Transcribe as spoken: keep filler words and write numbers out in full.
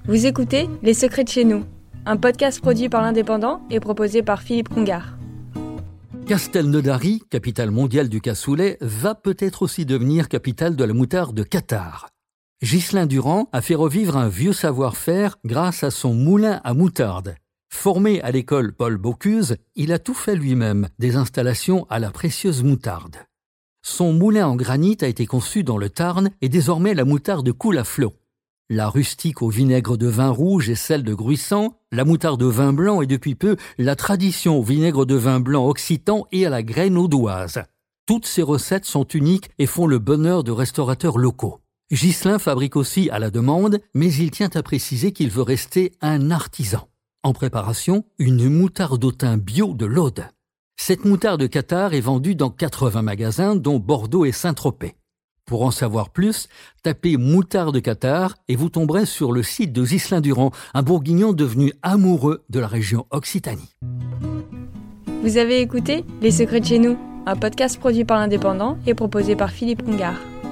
Vous écoutez Les Secrets de chez nous, un podcast produit par l'Indépendant et proposé par Philippe Congar. Castelnaudary, capitale mondiale du cassoulet, va peut-être aussi devenir capitale de la moutarde de Catar. Ghislain Durand a fait revivre un vieux savoir-faire grâce à son moulin à moutarde. Formé à l'école Paul Bocuse, il a tout fait lui-même, des installations à la précieuse moutarde. Son moulin en granit a été conçu dans le Tarn et désormais la moutarde coule à flot. La rustique au vinaigre de vin rouge et celle de Gruissant, la moutarde au vin blanc et depuis peu la tradition au vinaigre de vin blanc occitan et à la graine audoise. Toutes ces recettes sont uniques et font le bonheur de restaurateurs locaux. Ghislain fabrique aussi à la demande, mais il tient à préciser qu'il veut rester un artisan. En préparation, une moutarde au thym bio de l'Aude. Cette moutarde Catar est vendue dans quatre-vingts magasins, dont Bordeaux et Saint-Tropez. Pour en savoir plus, tapez moutarde Catar et vous tomberez sur le site de Ghislain Durand, un bourguignon devenu amoureux de la région Occitanie. Vous avez écouté Les Secrets de chez nous, un podcast produit par l'Indépendant et proposé par Philippe Congar.